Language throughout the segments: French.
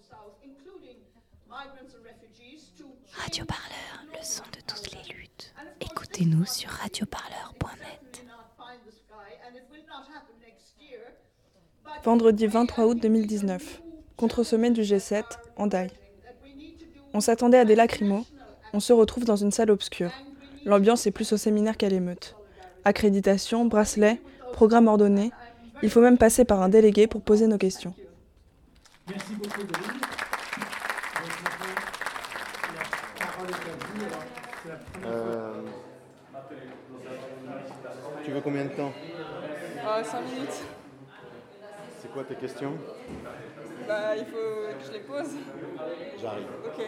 Radio Parleur, le son de toutes les luttes. Écoutez-nous sur radioparleur.net. Vendredi 23 août 2019, contre-sommet du G7, Hendaye. On s'attendait à des lacrymos, on se retrouve dans une salle obscure. L'ambiance est plus au séminaire qu'à l'émeute. Accréditation, bracelet, programme ordonné, il faut même passer par un délégué pour poser nos questions. Merci beaucoup, Denis. Tu veux combien de temps? 5 minutes. C'est quoi tes questions? Il faut que je les pose. J'arrive. Ok.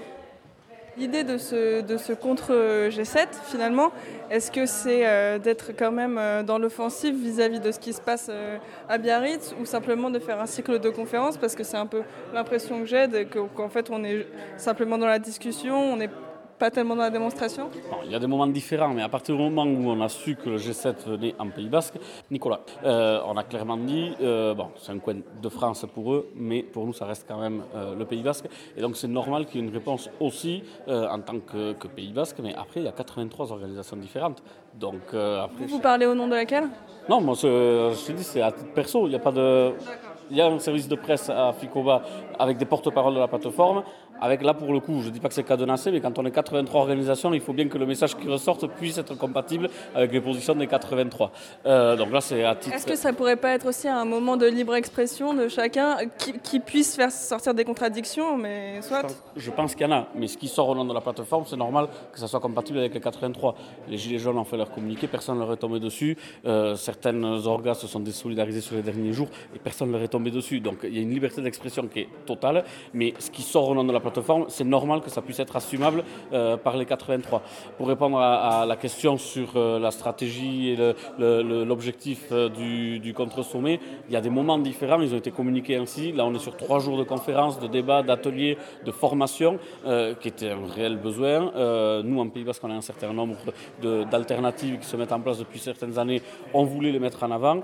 L'idée de ce contre-G7, finalement, est-ce que c'est d'être quand même dans l'offensive vis-à-vis de ce qui se passe à Biarritz, ou simplement de faire un cycle de conférences, parce que c'est un peu l'impression que j'ai, qu'en fait on est simplement dans la discussion, on n'est pas tellement dans la démonstration? Bon, il y a des moments différents, mais à partir du moment où on a su que le G7 venait en Pays Basque, Nicolas, on a clairement dit, c'est un coin de France pour eux, mais pour nous ça reste quand même le Pays Basque, et donc c'est normal qu'il y ait une réponse aussi en tant que Pays Basque, mais après il y a 83 organisations différentes. Donc, après, Vous parlez au nom de laquelle? Non, moi je te dis, c'est à titre perso, il n'y a pas de... Il y a un service de presse à Ficoba avec des porte-paroles de la plateforme. Avec là, pour le coup, je ne dis pas que c'est cadenassé, mais quand on est 83 organisations, il faut bien que le message qui ressorte puisse être compatible avec les positions des 83. Donc là, c'est à titre... Est-ce que ça ne pourrait pas être aussi un moment de libre expression de chacun qui puisse faire sortir des contradictions, mais soit... Je pense qu'il y en a, mais ce qui sort au nom de la plateforme, c'est normal que ça soit compatible avec les 83. Les Gilets jaunes ont fait leur communiqué, personne ne leur est tombé dessus. Certaines orgas se sont désolidarisées sur les derniers jours et personne ne leur est tombé dessus. Donc il y a une liberté d'expression qui est totale, mais ce qui sort au nom de la plateforme, c'est normal que ça puisse être assumable par les 83. Pour répondre à la question sur la stratégie et l'objectif du contre-sommet, il y a des moments différents, ils ont été communiqués ainsi. Là, on est sur 3 jours de conférences, de débats, d'ateliers, de formation, qui étaient un réel besoin. Nous, en Pays Basque, on a un certain nombre d'alternatives qui se mettent en place depuis certaines années. On voulait les mettre en avant.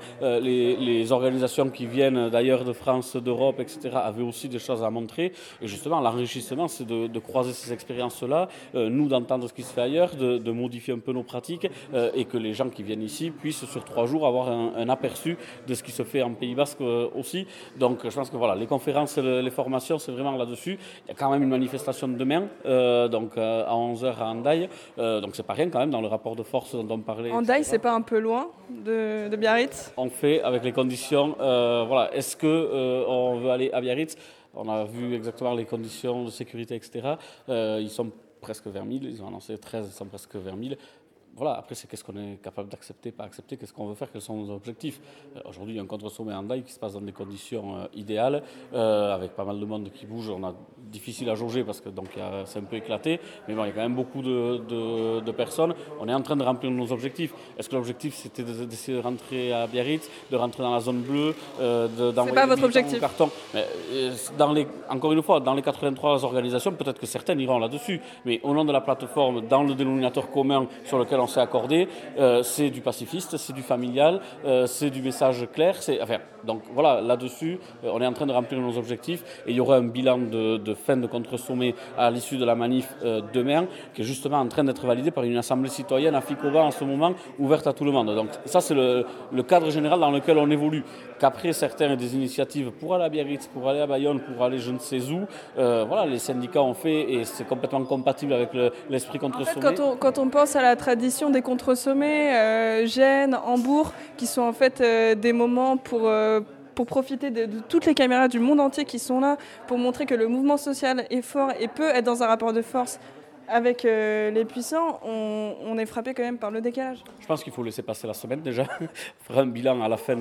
Les organisations qui viennent d'ailleurs de France, d'Europe, etc., avaient aussi des choses à montrer. Et justement, l'enrichissement, c'est de croiser ces expériences-là, nous d'entendre ce qui se fait ailleurs, de modifier un peu nos pratiques, et que les gens qui viennent ici puissent sur 3 jours avoir un aperçu de ce qui se fait en Pays Basque aussi. Donc je pense que voilà, les conférences, les formations, c'est vraiment là-dessus. Il y a quand même une manifestation de demain, à 11h à Hendaye, donc c'est pas rien quand même dans le rapport de force dont on parlait. Hendaye, c'est pas un peu loin de Biarritz? On fait avec les conditions, est-ce qu'on veut aller à Biarritz? On a vu exactement les conditions de sécurité, etc. Ils sont presque vers 1000, ils ont annoncé 13, ils sont presque vers 1000. Voilà, après, c'est qu'est-ce qu'on est capable d'accepter, pas accepter, qu'est-ce qu'on veut faire, quels sont nos objectifs. Aujourd'hui, il y a un contre-sommet à Hendaye qui se passe dans des conditions idéales, avec pas mal de monde qui bouge. On a difficile à jauger parce que c'est un peu éclaté, mais bon, il y a quand même beaucoup de personnes. On est en train de remplir nos objectifs. Est-ce que l'objectif, c'était d'essayer de rentrer à Biarritz, de rentrer dans la zone bleue, d'envoyer c'est pas votre objectif. Carton, mais, encore une fois, dans les 83 organisations, peut-être que certaines iront là-dessus, mais au nom de la plateforme, dans le dénominateur commun sur lequel on s'est accordé, c'est du pacifiste, c'est du familial, c'est du message clair. Donc voilà, là-dessus, on est en train de remplir nos objectifs et il y aura un bilan de fin de contre-sommet à l'issue de la manif demain, qui est justement en train d'être validé par une assemblée citoyenne à Ficoba en ce moment, ouverte à tout le monde. Donc ça, c'est le cadre général dans lequel on évolue. Qu'après, certains aient des initiatives pour aller à Biarritz, pour aller à Bayonne, pour aller je ne sais où, les syndicats ont fait et c'est complètement compatible avec l'esprit contre-sommet. En fait, quand on pense à la tradition des contre-sommets, Gênes, Hambourg, qui sont en fait des moments pour profiter de toutes les caméras du monde entier qui sont là, pour montrer que le mouvement social est fort et peut être dans un rapport de force avec les puissants, on est frappé quand même par le décalage. Je pense qu'il faut laisser passer la semaine déjà, faire un bilan à la fin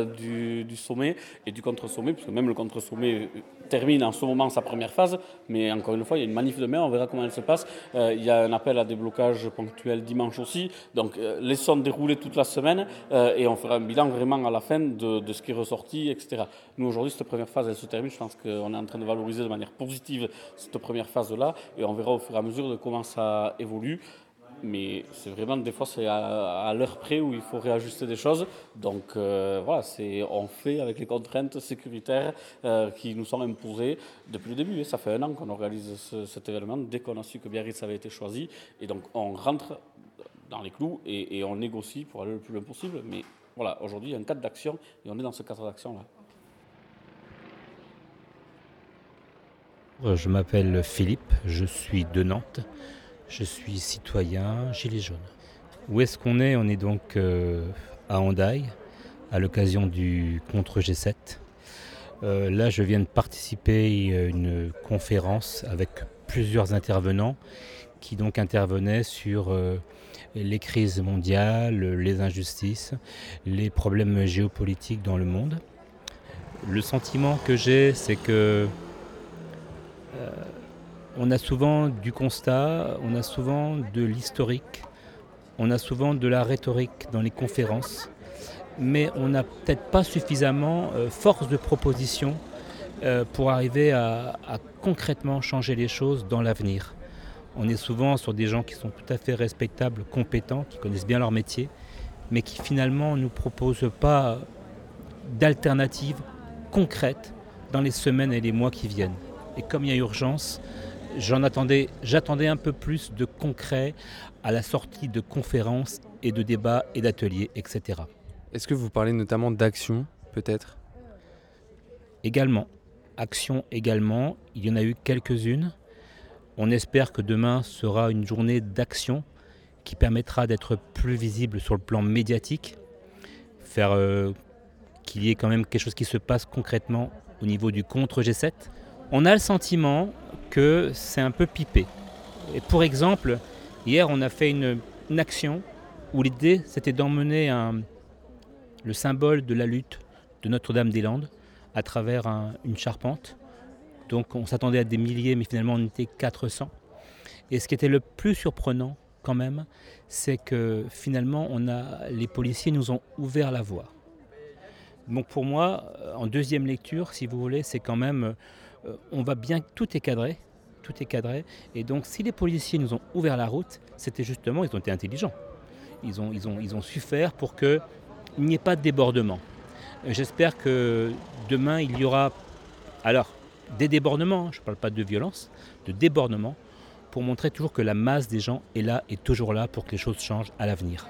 du sommet et du contre-sommet, puisque même le contre-sommet termine en ce moment sa première phase, mais encore une fois, il y a une manif demain, on verra comment elle se passe. Il y a un appel à déblocage ponctuel dimanche aussi, donc laissons dérouler toute la semaine et on fera un bilan vraiment à la fin de ce qui est ressorti, etc. Nous aujourd'hui, cette première phase, elle se termine, je pense qu'on est en train de valoriser de manière positive cette première phase-là et on verra au fur et à mesure de comment ça évolue. Mais c'est vraiment, des fois, c'est à l'heure près où il faut réajuster des choses. Donc voilà, on fait avec les contraintes sécuritaires qui nous sont imposées depuis le début. Ça fait 1 an qu'on organise cet événement, dès qu'on a su que Biarritz avait été choisi. Et donc on rentre dans les clous et on négocie pour aller le plus loin possible. Mais voilà, aujourd'hui, il y a un cadre d'action et on est dans ce cadre d'action-là. Je m'appelle Philippe, je suis de Nantes. Je suis citoyen gilet jaune. Où est-ce qu'on est ? On est donc à Hendaye, à l'occasion du contre G7. Là, je viens de participer à une conférence avec plusieurs intervenants qui donc intervenaient sur les crises mondiales, les injustices, les problèmes géopolitiques dans le monde. Le sentiment que j'ai, c'est que on a souvent du constat, on a souvent de l'historique, on a souvent de la rhétorique dans les conférences, mais on n'a peut-être pas suffisamment force de proposition pour arriver à concrètement changer les choses dans l'avenir. On est souvent sur des gens qui sont tout à fait respectables, compétents, qui connaissent bien leur métier, mais qui finalement ne nous proposent pas d'alternatives concrètes dans les semaines et les mois qui viennent. Et comme il y a urgence, j'attendais un peu plus de concret à la sortie de conférences et de débats et d'ateliers, etc. Est-ce que vous parlez notamment d'action, peut-être ? Également, action également, il y en a eu quelques-unes. On espère que demain sera une journée d'action qui permettra d'être plus visible sur le plan médiatique, faire qu'il y ait quand même quelque chose qui se passe concrètement au niveau du contre G7. On a le sentiment que c'est un peu pipé. Et pour exemple, hier on a fait une action où l'idée c'était d'emmener le symbole de la lutte de Notre-Dame-des-Landes à travers une charpente. Donc on s'attendait à des milliers, mais finalement on était 400. Et ce qui était le plus surprenant quand même, c'est que finalement les policiers nous ont ouvert la voie. Donc pour moi, en deuxième lecture, si vous voulez, c'est quand même... on va bien, tout est cadré, et donc si les policiers nous ont ouvert la route, c'était justement, ils ont été intelligents. Ils ont su faire pour qu'il n'y ait pas de débordement. J'espère que demain, il y aura, alors, des débordements, je ne parle pas de violence, de débordements, pour montrer toujours que la masse des gens est là, et toujours là, pour que les choses changent à l'avenir.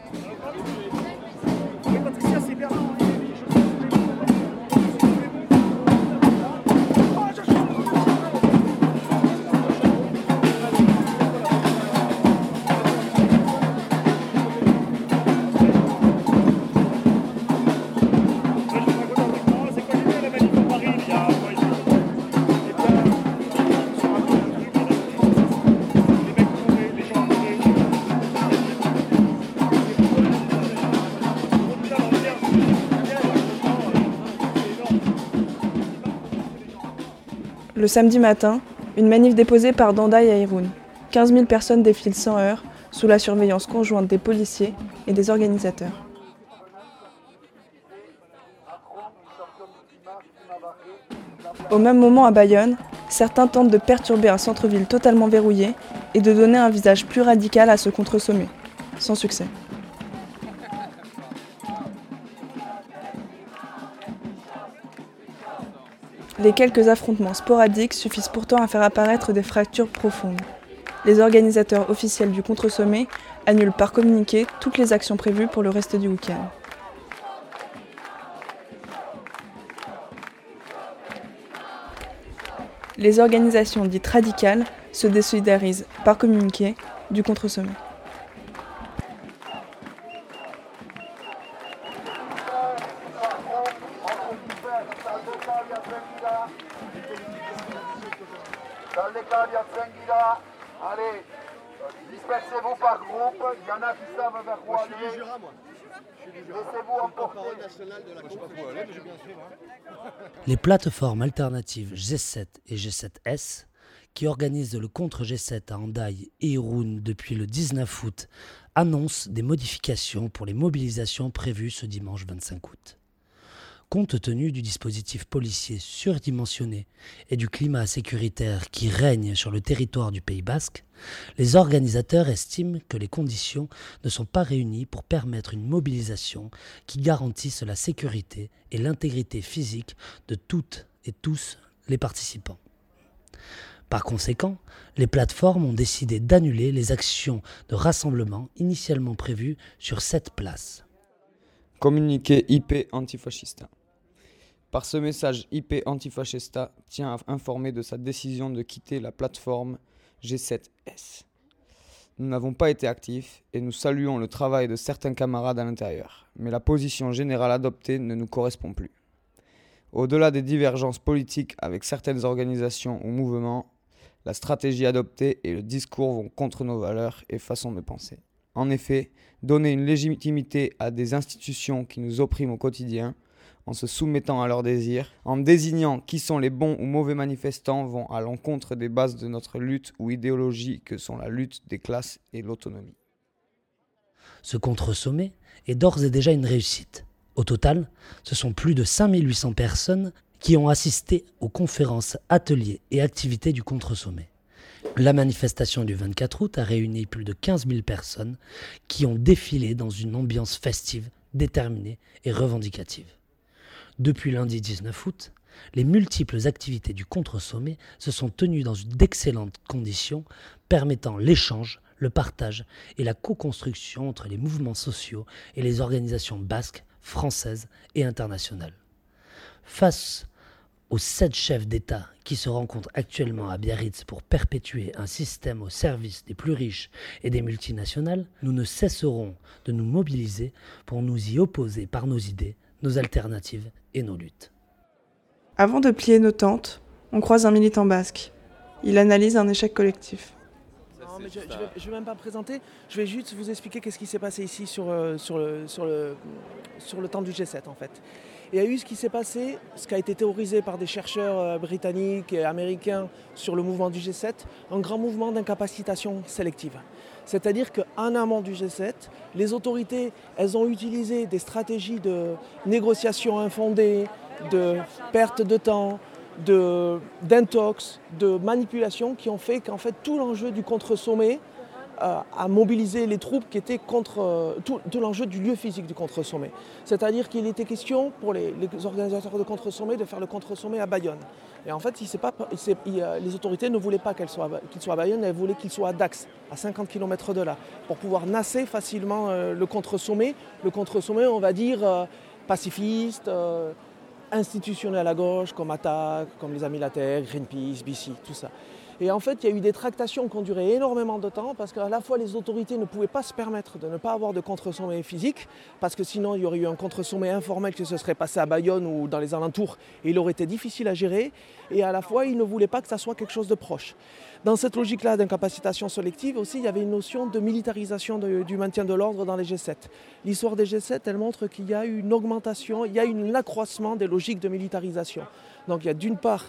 Le samedi matin, une manif déposée par d'Hendaye à Irun. 15 000 personnes défilent sans heurts, sous la surveillance conjointe des policiers et des organisateurs. Au même moment à Bayonne, certains tentent de perturber un centre-ville totalement verrouillé et de donner un visage plus radical à ce contre-sommet. Sans succès. Les quelques affrontements sporadiques suffisent pourtant à faire apparaître des fractures profondes. Les organisateurs officiels du contre-sommet annulent par communiqué toutes les actions prévues pour le reste du week-end. Les organisations dites radicales se désolidarisent par communiqué du contre-sommet. Allez, dispersez-vous par groupe, il y en a qui savent vers où aller. Je suis du Jura, moi. Laissez-vous emporter. Les plateformes alternatives G7 et G7S, qui organisent le contre G7 à Hendaye et Irun depuis le 19 août, annoncent des modifications pour les mobilisations prévues ce dimanche 25 août. Compte tenu du dispositif policier surdimensionné et du climat sécuritaire qui règne sur le territoire du Pays basque, les organisateurs estiment que les conditions ne sont pas réunies pour permettre une mobilisation qui garantisse la sécurité et l'intégrité physique de toutes et tous les participants. Par conséquent, les plateformes ont décidé d'annuler les actions de rassemblement initialement prévues sur 7 places. Communiqué IP Antifascista. Par ce message, IP Antifascista tient à informer de sa décision de quitter la plateforme G7S. Nous n'avons pas été actifs et nous saluons le travail de certains camarades à l'intérieur, mais la position générale adoptée ne nous correspond plus. Au-delà des divergences politiques avec certaines organisations ou mouvements, la stratégie adoptée et le discours vont contre nos valeurs et façons de penser. En effet, donner une légitimité à des institutions qui nous oppriment au quotidien, en se soumettant à leurs désirs, en désignant qui sont les bons ou mauvais manifestants, vont à l'encontre des bases de notre lutte ou idéologie que sont la lutte des classes et l'autonomie. Ce contre-sommet est d'ores et déjà une réussite. Au total, ce sont plus de 5800 personnes qui ont assisté aux conférences, ateliers et activités du contre-sommet. La manifestation du 24 août a réuni plus de 15 000 personnes qui ont défilé dans une ambiance festive, déterminée et revendicative. Depuis lundi 19 août, les multiples activités du contre-sommet se sont tenues dans d'excellentes conditions permettant l'échange, le partage et la co-construction entre les mouvements sociaux et les organisations basques, françaises et internationales. Face aux 7 chefs d'État qui se rencontrent actuellement à Biarritz pour perpétuer un système au service des plus riches et des multinationales, nous ne cesserons de nous mobiliser pour nous y opposer par nos idées, nos alternatives et nos luttes. Avant de plier nos tentes, on croise un militant basque. Il analyse un échec collectif. Non, mais je vais même pas me présenter, je vais juste vous expliquer qu'est-ce qui s'est passé ici sur le temps du G7 en fait. Il y a eu ce qui s'est passé, ce qui a été théorisé par des chercheurs britanniques et américains sur le mouvement du G7, un grand mouvement d'incapacitation sélective. C'est-à-dire qu'en amont du G7, les autorités, elles ont utilisé des stratégies de négociation infondées, de perte de temps, d'intox, de manipulation qui ont fait qu'en fait tout l'enjeu du contre-sommet a mobilisé les troupes qui étaient contre tout l'enjeu du lieu physique du contre-sommet. C'est-à-dire qu'il était question pour les organisateurs de contre-sommet de faire le contre-sommet à Bayonne. Et en fait, les autorités ne voulaient pas qu'il soit à Bayonne, elles voulaient qu'il soit à Dax, à 50 km de là, pour pouvoir nasser facilement le contre-sommet. Le contre-sommet, on va dire, pacifiste, institutionnel à gauche, comme ATTAC, comme les Amis de la Terre, Greenpeace, BC, tout ça. Et en fait, il y a eu des tractations qui ont duré énormément de temps parce qu'à la fois les autorités ne pouvaient pas se permettre de ne pas avoir de contre-sommet physique parce que sinon il y aurait eu un contre-sommet informel qui se serait passé à Bayonne ou dans les alentours et il aurait été difficile à gérer et à la fois ils ne voulaient pas que ça soit quelque chose de proche. Dans cette logique-là d'incapacitation sélective aussi, il y avait une notion de militarisation du maintien de l'ordre dans les G7. L'histoire des G7, elle montre qu'il y a eu une augmentation, il y a eu un accroissement des logiques de militarisation. Donc il y a d'une part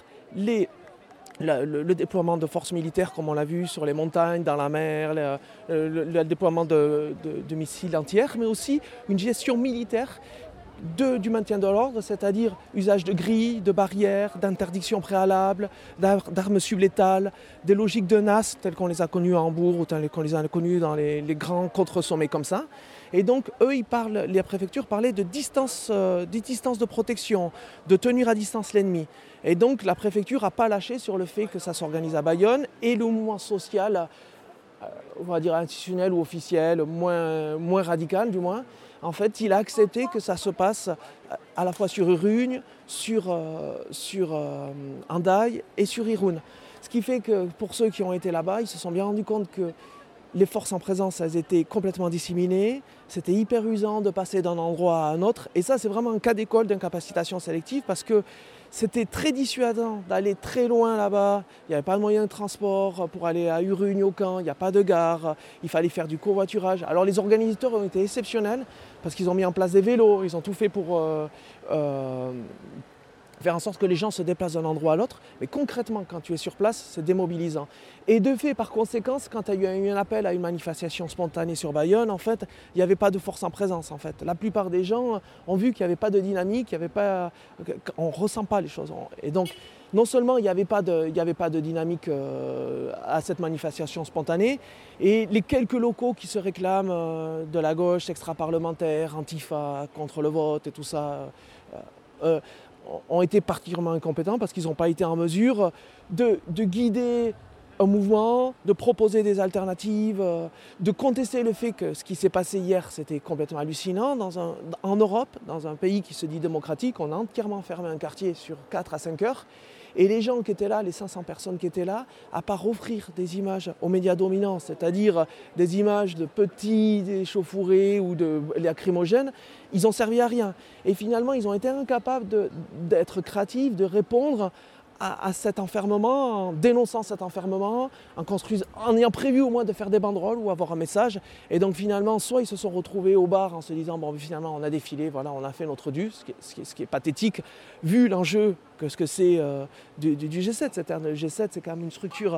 le déploiement de forces militaires comme on l'a vu sur les montagnes, dans la mer, le déploiement de missiles entières, mais aussi une gestion militaire du maintien de l'ordre, c'est-à-dire usage de grilles, de barrières, d'interdictions préalables, d'armes sublétales, des logiques de NAS telles qu'on les a connues à Hambourg ou telles qu'on les a connues dans les grands contre-sommets comme ça. Et donc, les préfectures parlaient de distance de protection, de tenir à distance l'ennemi. Et donc, la préfecture n'a pas lâché sur le fait que ça s'organise à Bayonne et le mouvement social, on va dire institutionnel ou officiel, moins radical du moins, en fait, il a accepté que ça se passe à la fois sur Urugne, sur Hendaye et sur Irun. Ce qui fait que pour ceux qui ont été là-bas, ils se sont bien rendus compte que les forces en présence, elles étaient complètement disséminées. C'était hyper usant de passer d'un endroit à un autre. Et ça, c'est vraiment un cas d'école d'incapacitation sélective parce que c'était très dissuadant d'aller très loin là-bas. Il n'y avait pas de moyen de transport pour aller à Urugne, au camp. Il n'y a pas de gare. Il fallait faire du covoiturage. Alors les organisateurs ont été exceptionnels parce qu'ils ont mis en place des vélos. Ils ont tout fait pour faire en sorte que les gens se déplacent d'un endroit à l'autre. Mais concrètement, quand tu es sur place, c'est démobilisant. Et de fait, par conséquence, quand il y a eu un appel à une manifestation spontanée sur Bayonne, en fait, il n'y avait pas de force en présence. En fait. La plupart des gens ont vu qu'il n'y avait pas de dynamique, on ne ressent pas les choses. Et donc, non seulement il n'y avait pas de dynamique à cette manifestation spontanée, et les quelques locaux qui se réclament de la gauche extra-parlementaire, Antifa, contre le vote et tout ça, ont été particulièrement incompétents parce qu'ils n'ont pas été en mesure de guider un mouvement, de proposer des alternatives, de contester le fait que ce qui s'est passé hier, c'était complètement hallucinant. En Europe, dans un pays qui se dit démocratique, on a entièrement fermé un quartier sur 4 à 5 heures. Et les gens qui étaient là, les 500 personnes qui étaient là, à part offrir des images aux médias dominants, c'est-à-dire des images de petits échauffourés ou de lacrymogènes, ils n'ont servi à rien. Et finalement, ils ont été incapables d'être créatifs, de répondre à cet enfermement, en dénonçant cet enfermement, en ayant prévu au moins de faire des banderoles ou avoir un message. Et donc finalement, soit ils se sont retrouvés au bar en se disant bon finalement on a défilé, voilà, on a fait notre dû, ce qui est pathétique, vu l'enjeu que ce que c'est du G7. Le G7, c'est quand même une structure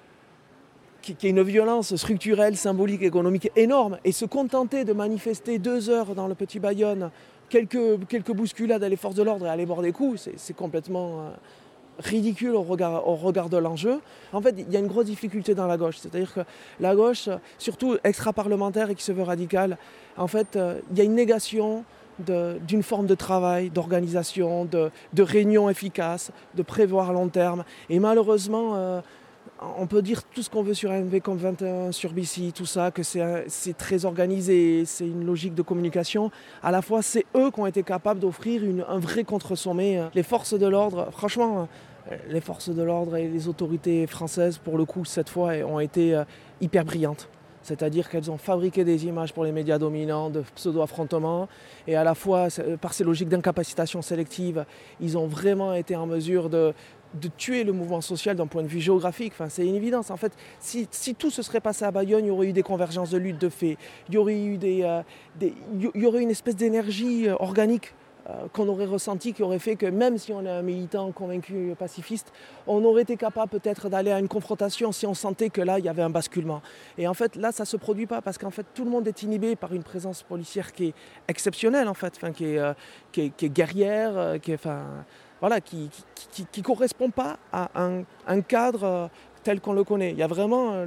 qui a une violence structurelle, symbolique, économique énorme. Et se contenter de manifester 2 heures dans le petit Bayonne, quelques bousculades à les forces de l'ordre et aller boire des coups, c'est complètement ridicule au regard de l'enjeu. En fait, il y a une grosse difficulté dans la gauche. C'est-à-dire que la gauche, surtout extra-parlementaire et qui se veut radicale, en fait, il y a une négation d'une forme de travail, d'organisation, de réunion efficace, de prévoir à long terme. Et malheureusement, on peut dire tout ce qu'on veut sur AMV comme 21, sur BC, tout ça, que c'est très organisé, c'est une logique de communication. À la fois, c'est eux qui ont été capables d'offrir un vrai contre-sommet. Les forces de l'ordre, franchement, les forces de l'ordre et les autorités françaises, pour le coup, cette fois, ont été hyper brillantes. C'est-à-dire qu'elles ont fabriqué des images pour les médias dominants de pseudo-affrontements et à la fois, par ces logiques d'incapacitation sélective, ils ont vraiment été en mesure de tuer le mouvement social d'un point de vue géographique. Enfin, c'est une évidence. En fait, si tout se serait passé à Bayonne, il y aurait eu des convergences de lutte de fait. Il y aurait eu il y aurait une espèce d'énergie organique qu'on aurait ressenti, qui aurait fait que même si on est un militant convaincu pacifiste, on aurait été capable peut-être d'aller à une confrontation si on sentait que là, il y avait un basculement. Et en fait, là, ça ne se produit pas parce qu'en fait, tout le monde est inhibé par une présence policière qui est exceptionnelle, en fait, enfin, qui est guerrière, voilà, qui ne correspond pas à un cadre tel qu'on le connaît. Il y a vraiment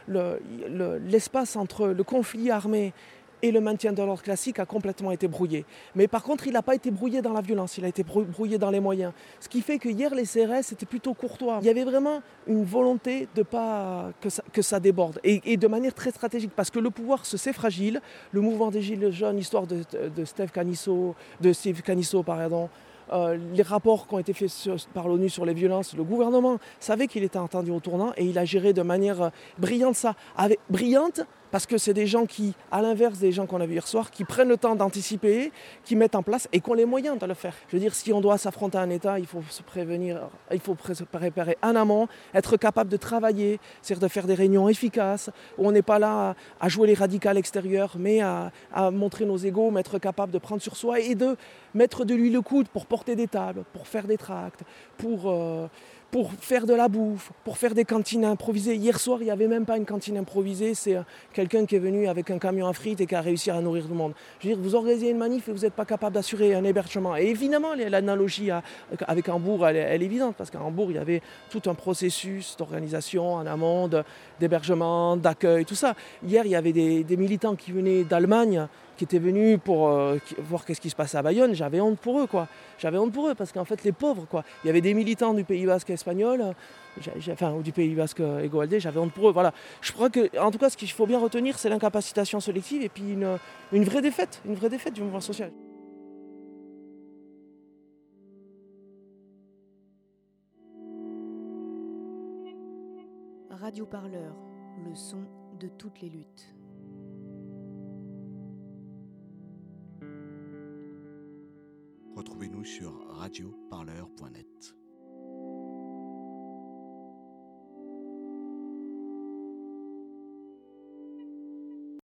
l'espace entre le conflit armé et le maintien de l'ordre classique a complètement été brouillé. Mais par contre, il n'a pas été brouillé dans la violence, il a été brouillé dans les moyens. Ce qui fait que hier, les CRS étaient plutôt courtois. Il y avait vraiment une volonté de pas que ça déborde, et de manière très stratégique, parce que le pouvoir se sait fragile. Le mouvement des Gilets jaunes, l'histoire de Steve Canisso, les rapports qui ont été faits par l'ONU sur les violences, le gouvernement savait qu'il était entendu au tournant et il a géré de manière brillante ça. Brillante parce que c'est des gens qui, à l'inverse des gens qu'on a vus hier soir, qui prennent le temps d'anticiper, qui mettent en place et qui ont les moyens de le faire. Je veux dire, si on doit s'affronter à un État, il faut se prévenir, il faut se préparer en amont, être capable de travailler, c'est-à-dire de faire des réunions efficaces, où on n'est pas là à jouer les radicales extérieurs, mais à montrer nos égos, mais être capable de prendre sur soi et de mettre de l'huile au coude pour porter des tables, pour faire des tracts, pour faire de la bouffe, pour faire des cantines improvisées. Hier soir, il n'y avait même pas une cantine improvisée, c'est quelqu'un qui est venu avec un camion à frites et qui a réussi à nourrir tout le monde. Je veux dire, vous organisez une manif et vous n'êtes pas capable d'assurer un hébergement. Et évidemment, l'analogie avec Hambourg, elle est évidente, parce qu'à Hambourg, il y avait tout un processus d'organisation en amont, d'hébergement, d'accueil, tout ça. Hier, il y avait des militants qui venaient d'Allemagne, qui étaient venus pour voir qu'est-ce qui se passait à Bayonne. J'avais honte pour eux, quoi. J'avais honte pour eux, parce qu'en fait, les pauvres, quoi. Il y avait des militants du Pays Basque espagnol, ou du Pays Basque égoaldé, j'avais honte pour eux, voilà. Je crois que, en tout cas, ce qu'il faut bien retenir, c'est l'incapacitation sélective et puis une vraie défaite du mouvement social. Radio Parleur, le son de toutes les luttes. Retrouvez-nous sur radioparleur.net.